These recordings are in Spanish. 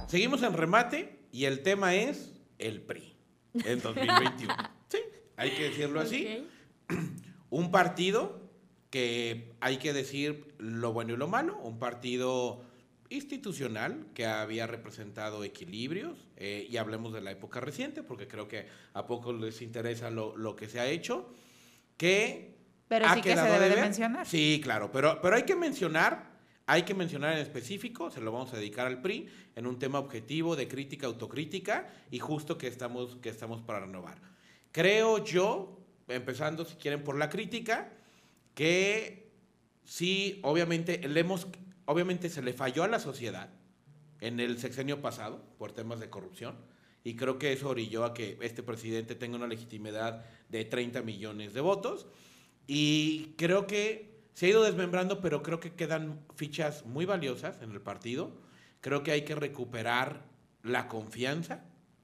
seguimos en remate y el tema es el PRI en 2021. Sí, hay que decirlo así. Un partido que hay que decir lo bueno y lo malo, un partido institucional que había representado equilibrios, y hablemos de la época reciente, porque creo que a pocos les interesa lo que se ha hecho, que pero ha sí que se quedado debe de ver. mencionar. Sí, claro, pero hay que mencionar en específico, se lo vamos a dedicar al PRI, en un tema objetivo de crítica, autocrítica, y justo que estamos para renovar. Creo yo, empezando si quieren por la crítica, que sí, obviamente se le falló a la sociedad en el sexenio pasado por temas de corrupción, y creo que eso orilló a que este presidente tenga una legitimidad de 30 millones de votos, y creo que se ha ido desmembrando, pero creo que quedan fichas muy valiosas en el partido. Creo que hay que recuperar la confianza.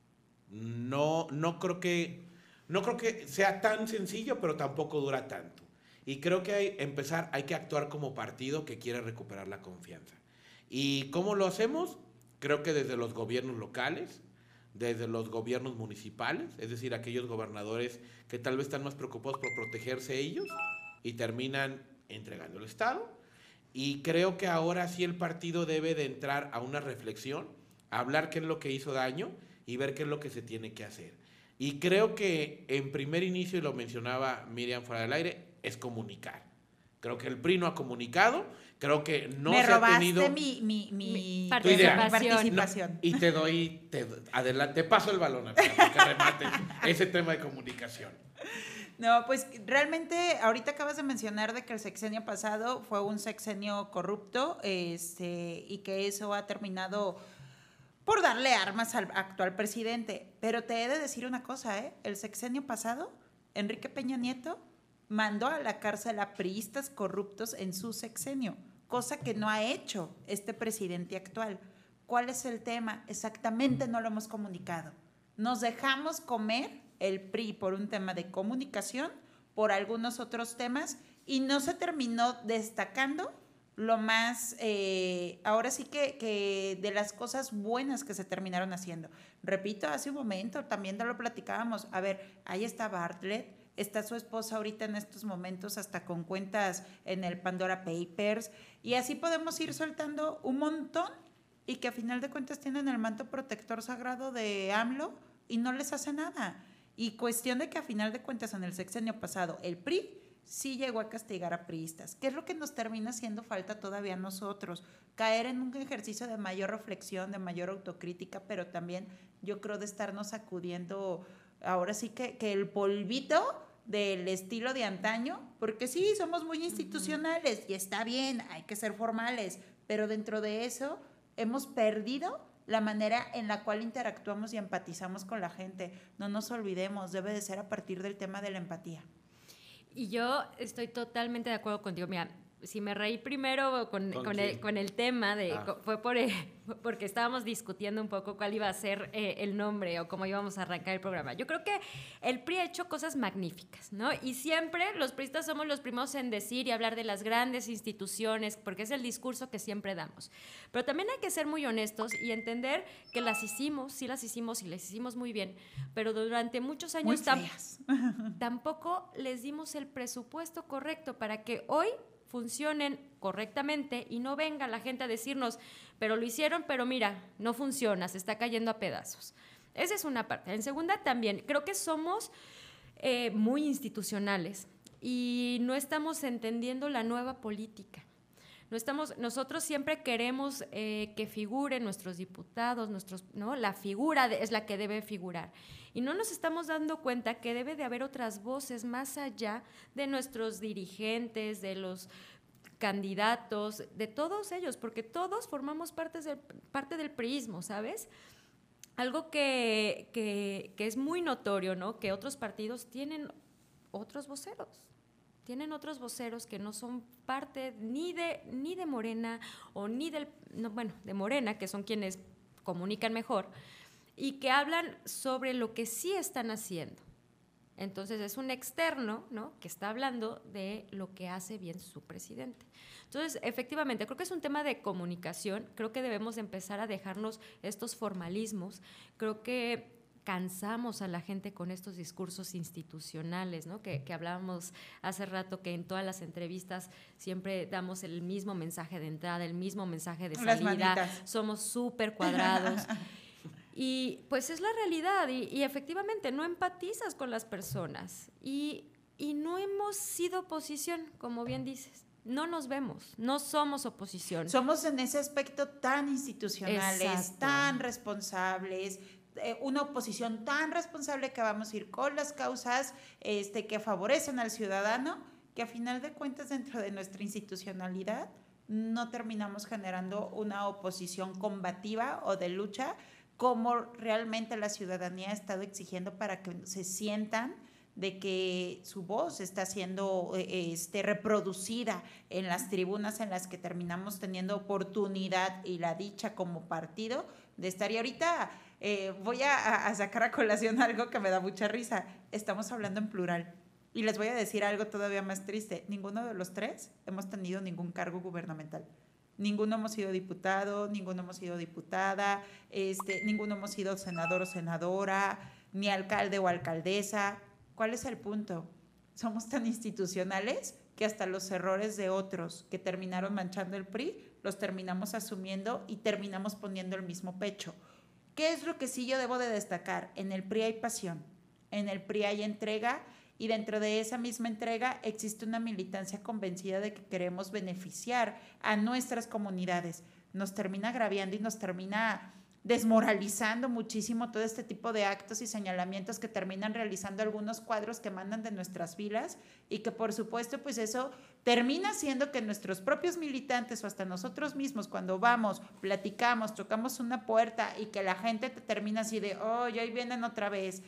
No creo que sea tan sencillo, pero tampoco dura tanto. Y creo que hay que actuar como partido que quiere recuperar la confianza. ¿Y cómo lo hacemos? Creo que desde los gobiernos locales, desde los gobiernos municipales, es decir, aquellos gobernadores que tal vez están más preocupados por protegerse ellos y terminan entregando el Estado. Y creo que ahora sí el partido debe de entrar a una reflexión, a hablar qué es lo que hizo daño y ver qué es lo que se tiene que hacer. Y creo que en primer inicio, y lo mencionaba Miriam fuera del aire, es comunicar. Creo que el PRI no ha comunicado, creo que no me se ha tenido... Me robaste mi participación. No, y te paso el balón para que remates ese tema de comunicación. No, pues realmente ahorita acabas de mencionar de que el sexenio pasado fue un sexenio corrupto, y que eso ha terminado por darle armas al actual presidente. Pero te he de decir una cosa, el sexenio pasado, Enrique Peña Nieto mandó a la cárcel a priistas corruptos en su sexenio, cosa que no ha hecho este presidente actual. ¿Cuál es el tema? Exactamente no lo hemos comunicado. Nos dejamos comer el PRI por un tema de comunicación, por algunos otros temas, y no se terminó destacando lo más, ahora sí que de las cosas buenas que se terminaron haciendo. Repito, hace un momento también lo platicábamos. A ver, ahí está Bartlett, está su esposa ahorita en estos momentos hasta con cuentas en el Pandora Papers, y así podemos ir soltando un montón, y que a final de cuentas tienen el manto protector sagrado de AMLO y no les hace nada. Y cuestión de que a final de cuentas en el sexenio pasado el PRI sí llegó a castigar a priistas. ¿Qué es lo que nos termina haciendo falta todavía a nosotros? Caer en un ejercicio de mayor reflexión, de mayor autocrítica, pero también yo creo de estarnos sacudiendo ahora sí que el polvito del estilo de antaño, porque sí, somos muy institucionales y está bien, hay que ser formales, pero dentro de eso hemos perdido la manera en la cual interactuamos y empatizamos con la gente. No nos olvidemos, debe de ser a partir del tema de la empatía. Y yo estoy totalmente de acuerdo contigo. Mira, si me reí primero con el tema, fue porque estábamos discutiendo un poco cuál iba a ser el nombre o cómo íbamos a arrancar el programa. Yo creo que el PRI ha hecho cosas magníficas, ¿no? Y siempre los priistas somos los primeros en decir y hablar de las grandes instituciones, porque es el discurso que siempre damos. Pero también hay que ser muy honestos y entender que las hicimos y las hicimos muy bien, pero durante muchos años tampoco les dimos el presupuesto correcto para que hoy funcionen correctamente y no venga la gente a decirnos, pero lo hicieron, pero mira, no funciona, se está cayendo a pedazos. Esa es una parte. En segunda también, creo que somos muy institucionales y no estamos entendiendo la nueva política. Nosotros siempre queremos que figuren nuestros diputados, ¿no? La figura es la que debe figurar. Y no nos estamos dando cuenta que debe de haber otras voces más allá de nuestros dirigentes, de los candidatos, de todos ellos, porque todos formamos parte del priismo, ¿sabes? Algo que es muy notorio, ¿no? Que otros partidos tienen otros voceros. Tienen otros voceros que no son parte ni de Morena o de Morena, que son quienes comunican mejor, y que hablan sobre lo que sí están haciendo. Entonces es un externo, ¿no?, que está hablando de lo que hace bien su presidente. Entonces, efectivamente, creo que es un tema de comunicación, creo que debemos empezar a dejarnos estos formalismos, creo que cansamos a la gente con estos discursos institucionales, ¿no?, que hablábamos hace rato, que en todas las entrevistas siempre damos el mismo mensaje de entrada, el mismo mensaje de salida, somos súper cuadrados. Y pues es la realidad y efectivamente no empatizas con las personas y no hemos sido oposición, como bien dices. No nos vemos, no somos oposición. Somos en ese aspecto tan institucionales, exacto, tan responsables, una oposición tan responsable que vamos a ir con las causas que favorecen al ciudadano, que a final de cuentas dentro de nuestra institucionalidad no terminamos generando una oposición combativa o de lucha como realmente la ciudadanía ha estado exigiendo para que se sientan de que su voz está siendo reproducida en las tribunas en las que terminamos teniendo oportunidad y la dicha como partido de estar. Y ahorita voy a sacar a colación algo que me da mucha risa. Estamos hablando en plural. Y les voy a decir algo todavía más triste. Ninguno de los tres hemos tenido ningún cargo gubernamental. Ninguno hemos sido diputado, ninguno hemos sido diputada, ninguno hemos sido senador o senadora, ni alcalde o alcaldesa. ¿Cuál es el punto? Somos tan institucionales que hasta los errores de otros que terminaron manchando el PRI los terminamos asumiendo y terminamos poniendo el mismo pecho. ¿Qué es lo que sí yo debo de destacar? En el PRI hay pasión, en el PRI hay entrega, y dentro de esa misma entrega existe una militancia convencida de que queremos beneficiar a nuestras comunidades. Nos termina agraviando y nos termina desmoralizando muchísimo todo este tipo de actos y señalamientos que terminan realizando algunos cuadros que mandan de nuestras filas y que por supuesto pues eso termina haciendo que nuestros propios militantes o hasta nosotros mismos cuando vamos, platicamos, tocamos una puerta y que la gente te termina así de oye, ahí vienen otra vez,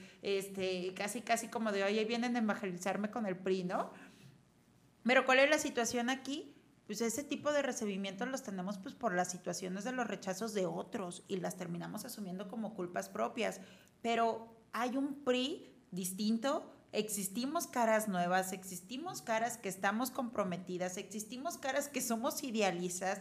casi como de oye, ahí vienen a evangelizarme con el PRI, ¿no? Pero ¿cuál es la situación aquí? Pues ese tipo de recibimientos los tenemos pues por las situaciones de los rechazos de otros y las terminamos asumiendo como culpas propias. Pero hay un PRI distinto, existimos caras nuevas, existimos caras que estamos comprometidas, existimos caras que somos idealistas,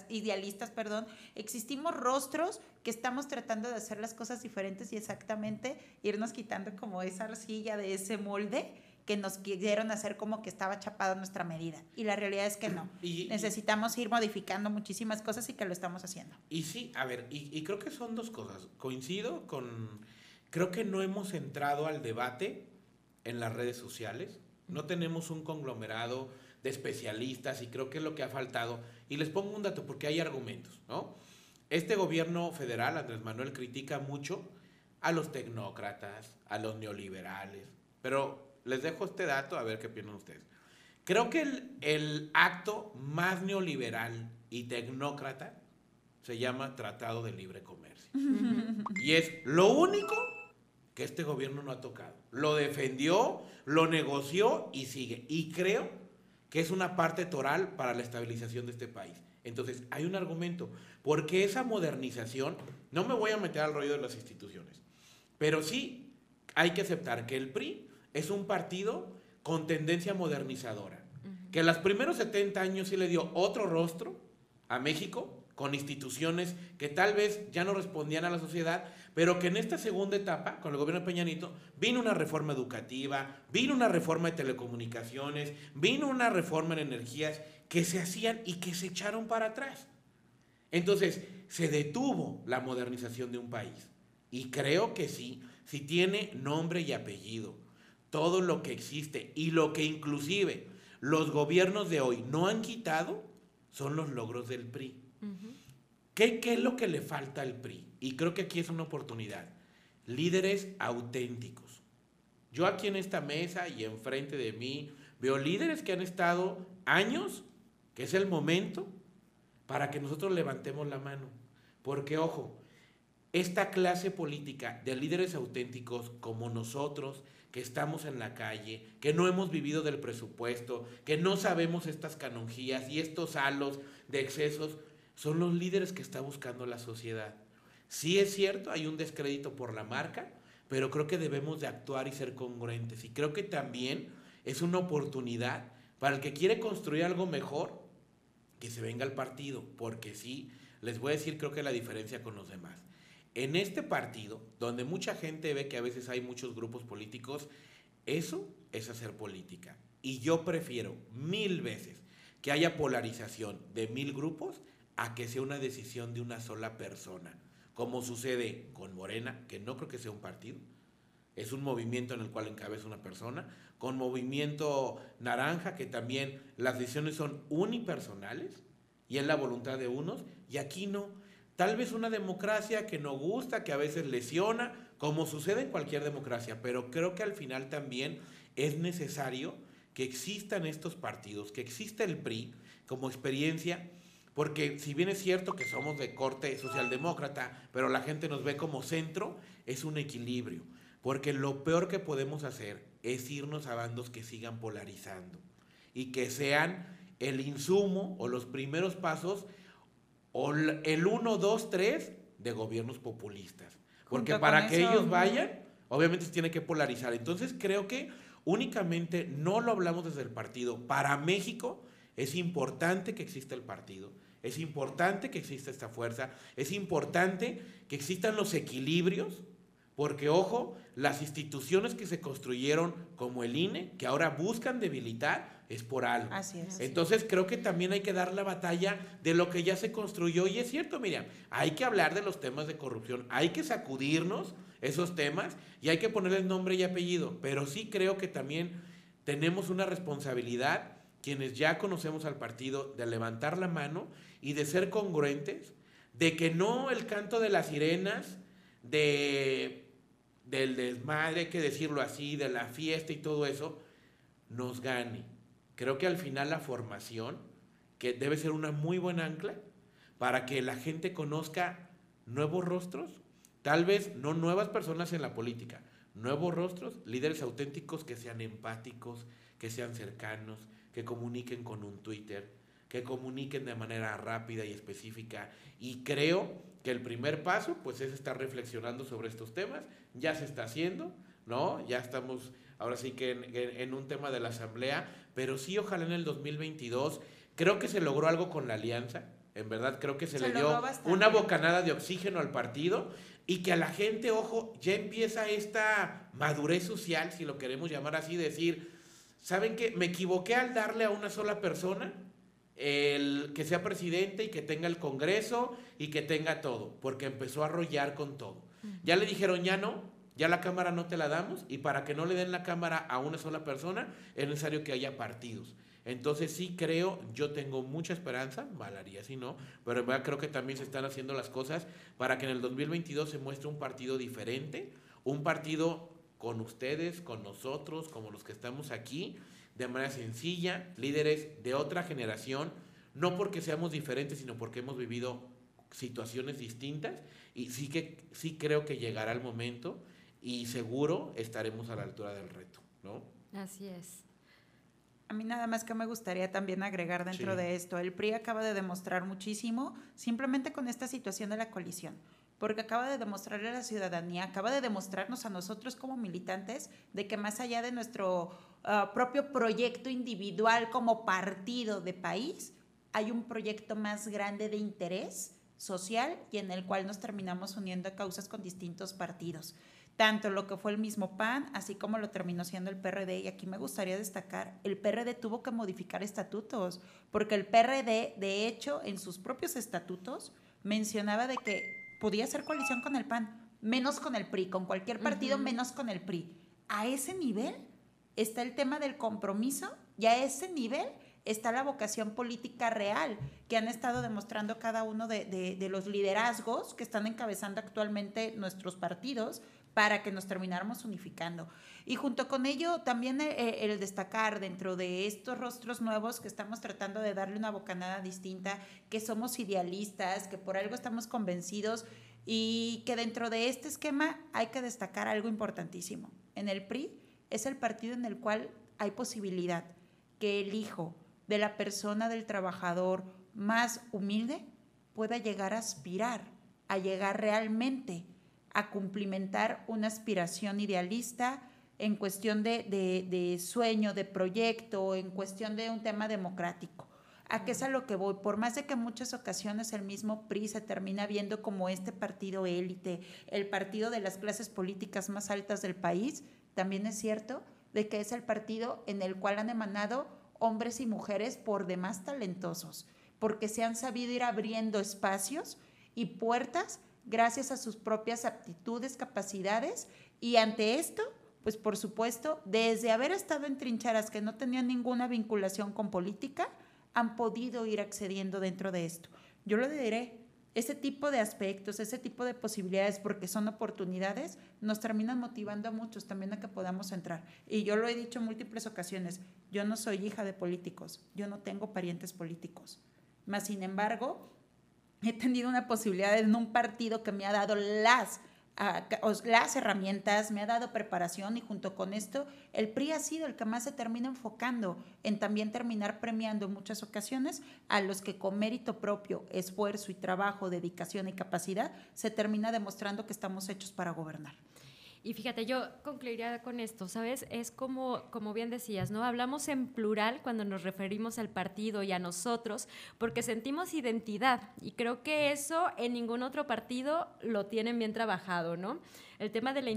existimos rostros que estamos tratando de hacer las cosas diferentes y exactamente irnos quitando como esa arcilla de ese molde que nos quisieron hacer como que estaba chapado nuestra medida. Y la realidad es que no. Necesitamos ir modificando muchísimas cosas y que lo estamos haciendo. Y sí, a ver, y creo que son dos cosas. Coincido con... Creo que no hemos entrado al debate en las redes sociales. No tenemos un conglomerado de especialistas y creo que es lo que ha faltado. Y les pongo un dato porque hay argumentos, ¿no? Este gobierno federal, Andrés Manuel, critica mucho a los tecnócratas, a los neoliberales, pero... Les dejo este dato a ver qué opinan ustedes. Creo que el acto más neoliberal y tecnócrata se llama Tratado de Libre Comercio. Y es lo único que este gobierno no ha tocado. Lo defendió, lo negoció y sigue. Y creo que es una parte toral para la estabilización de este país. Entonces, hay un argumento. Porque esa modernización, no me voy a meter al rollo de las instituciones, pero sí hay que aceptar que el PRI es un partido con tendencia modernizadora, que en los primeros 70 años sí le dio otro rostro a México, con instituciones que tal vez ya no respondían a la sociedad, pero que en esta segunda etapa, con el gobierno de Peña Nieto, vino una reforma educativa, vino una reforma de telecomunicaciones, vino una reforma en energías que se hacían y que se echaron para atrás. Entonces, se detuvo la modernización de un país. Y creo que sí, si tiene nombre y apellido, todo lo que existe y lo que inclusive los gobiernos de hoy no han quitado son los logros del PRI. ¿Qué es lo que le falta al PRI? Y creo que aquí es una oportunidad. Líderes auténticos. Yo aquí en esta mesa y enfrente de mí veo líderes que han estado años, que es el momento para que nosotros levantemos la mano. Porque, ojo, esta clase política de líderes auténticos como nosotros, que estamos en la calle, que no hemos vivido del presupuesto, que no sabemos estas canonjías y estos halos de excesos, son los líderes que está buscando la sociedad. Sí es cierto, hay un descrédito por la marca, pero creo que debemos de actuar y ser congruentes. Y creo que también es una oportunidad para el que quiere construir algo mejor, que se venga al partido, porque sí, les voy a decir, creo que la diferencia con los demás. En este partido, donde mucha gente ve que a veces hay muchos grupos políticos, eso es hacer política. Y yo prefiero 1000 veces que haya polarización de 1000 grupos a que sea una decisión de una sola persona, como sucede con Morena, que no creo que sea un partido, es un movimiento en el cual encabeza una persona, con Movimiento Naranja, que también las decisiones son unipersonales y es la voluntad de unos, y aquí no. Tal vez una democracia que no gusta, que a veces lesiona, como sucede en cualquier democracia, pero creo que al final también es necesario que existan estos partidos, que exista el PRI como experiencia, porque si bien es cierto que somos de corte socialdemócrata, pero la gente nos ve como centro, es un equilibrio, porque lo peor que podemos hacer es irnos a bandos que sigan polarizando y que sean el insumo o los primeros pasos o el 1, 2, 3 de gobiernos populistas. Porque para que ellos vayan, obviamente se tiene que polarizar. Entonces creo que únicamente no lo hablamos desde el partido. Para México es importante que exista el partido, es importante que exista esta fuerza, es importante que existan los equilibrios, porque ojo, las instituciones que se construyeron como el INE, que ahora buscan debilitar, es por algo. Así es. Entonces creo que también hay que dar la batalla de lo que ya se construyó, y es cierto, Miriam, hay que hablar de los temas de corrupción, hay que sacudirnos esos temas y hay que ponerles nombre y apellido, pero sí creo que también tenemos una responsabilidad, quienes ya conocemos al partido, de levantar la mano y de ser congruentes, de que no el canto de las sirenas, del desmadre, hay que decirlo así, de la fiesta y todo eso, nos gane. Creo que al final la formación, que debe ser una muy buena ancla para que la gente conozca nuevos rostros, tal vez no nuevas personas en la política, nuevos rostros, líderes auténticos que sean empáticos, que sean cercanos, que comuniquen con un Twitter, que comuniquen de manera rápida y específica. Y creo que el primer paso pues es estar reflexionando sobre estos temas. Ya se está haciendo, ¿no? Ya estamos ahora sí que en un tema de la asamblea, pero sí, ojalá en el 2022, creo que se logró algo con la alianza, en verdad creo que se le dio una bocanada de oxígeno al partido, y que a la gente, ojo, ya empieza esta madurez social, si lo queremos llamar así, decir, ¿saben qué? Me equivoqué al darle a una sola persona el que sea presidente y que tenga el Congreso y que tenga todo, porque empezó a arrollar con todo. Ya le dijeron, ya no, ya la Cámara no te la damos, y para que no le den la Cámara a una sola persona es necesario que haya partidos. Entonces sí creo, yo tengo mucha esperanza, malaría si no, pero en verdad creo que también se están haciendo las cosas para que en el 2022 se muestre un partido diferente, un partido con ustedes, con nosotros, como los que estamos aquí, de manera sencilla, líderes de otra generación, no porque seamos diferentes, sino porque hemos vivido situaciones distintas, y sí creo que llegará el momento y seguro estaremos a la altura del reto, ¿no? Así es. A mí nada más que me gustaría también agregar dentro de esto, el PRI acaba de demostrar muchísimo simplemente con esta situación de la coalición, porque acaba de demostrarle a la ciudadanía, acaba de demostrarnos a nosotros como militantes de que más allá de nuestro propio proyecto individual como partido de país, hay un proyecto más grande de interés social y en el cual nos terminamos uniendo a causas con distintos partidos. Tanto lo que fue el mismo PAN, así como lo terminó siendo el PRD. Y aquí me gustaría destacar, el PRD tuvo que modificar estatutos, porque el PRD, de hecho, en sus propios estatutos, mencionaba de que podía hacer coalición con el PAN, menos con el PRI, con cualquier partido, menos con el PRI. A ese nivel está el tema del compromiso, y a ese nivel está la vocación política real que han estado demostrando cada uno de los liderazgos que están encabezando actualmente nuestros partidos, para que nos termináramos unificando. Y junto con ello también el destacar dentro de estos rostros nuevos que estamos tratando de darle una bocanada distinta, que somos idealistas, que por algo estamos convencidos, y que dentro de este esquema hay que destacar algo importantísimo. En el PRI es el partido en el cual hay posibilidad que el hijo de la persona, del trabajador más humilde, pueda llegar a aspirar, a llegar realmente a cumplimentar una aspiración idealista en cuestión de sueño, de proyecto, en cuestión de un tema democrático. ¿A qué es a lo que voy? Por más de que en muchas ocasiones el mismo PRI se termina viendo como este partido élite, el partido de las clases políticas más altas del país, también es cierto de que es el partido en el cual han emanado hombres y mujeres por demás talentosos, porque se han sabido ir abriendo espacios y puertas gracias a sus propias aptitudes, capacidades, y ante esto, pues por supuesto, desde haber estado en trincheras que no tenían ninguna vinculación con política, han podido ir accediendo dentro de esto. Yo lo diré, ese tipo de aspectos, ese tipo de posibilidades, porque son oportunidades, nos terminan motivando a muchos también a que podamos entrar. Y yo lo he dicho en múltiples ocasiones, yo no soy hija de políticos, yo no tengo parientes políticos. Mas, sin embargo, he tenido una posibilidad en un partido que me ha dado las herramientas, me ha dado preparación, y junto con esto el PRI ha sido el que más se termina enfocando en también terminar premiando en muchas ocasiones a los que con mérito propio, esfuerzo y trabajo, dedicación y capacidad se termina demostrando que estamos hechos para gobernar. Y fíjate, yo concluiría con esto, ¿sabes? Es como bien decías, ¿no? Hablamos en plural cuando nos referimos al partido y a nosotros, porque sentimos identidad, y creo que eso en ningún otro partido lo tienen bien trabajado, ¿no? El tema de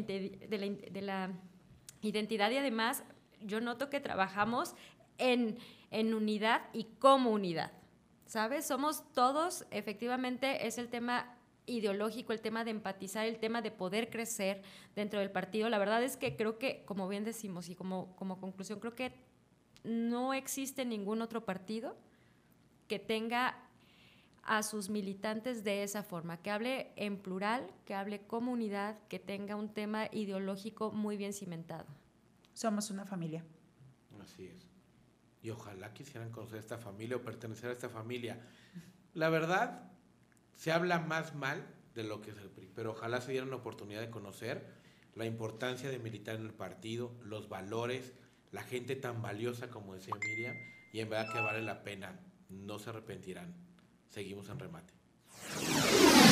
la identidad, y además yo noto que trabajamos en unidad y como unidad, ¿sabes? Somos todos, efectivamente, es el tema ideológico, el tema de empatizar, el tema de poder crecer dentro del partido. La verdad es que creo que, como bien decimos, y como conclusión, creo que no existe ningún otro partido que tenga a sus militantes de esa forma, que hable en plural, que hable como unidad, que tenga un tema ideológico muy bien cimentado. Somos una familia. Así es. Y ojalá quisieran conocer esta familia o pertenecer a esta familia. La verdad, se habla más mal de lo que es el PRI, pero ojalá se dieran la oportunidad de conocer la importancia de militar en el partido, los valores, la gente tan valiosa como decía Miriam, y en verdad que vale la pena, no se arrepentirán. Seguimos en Remate.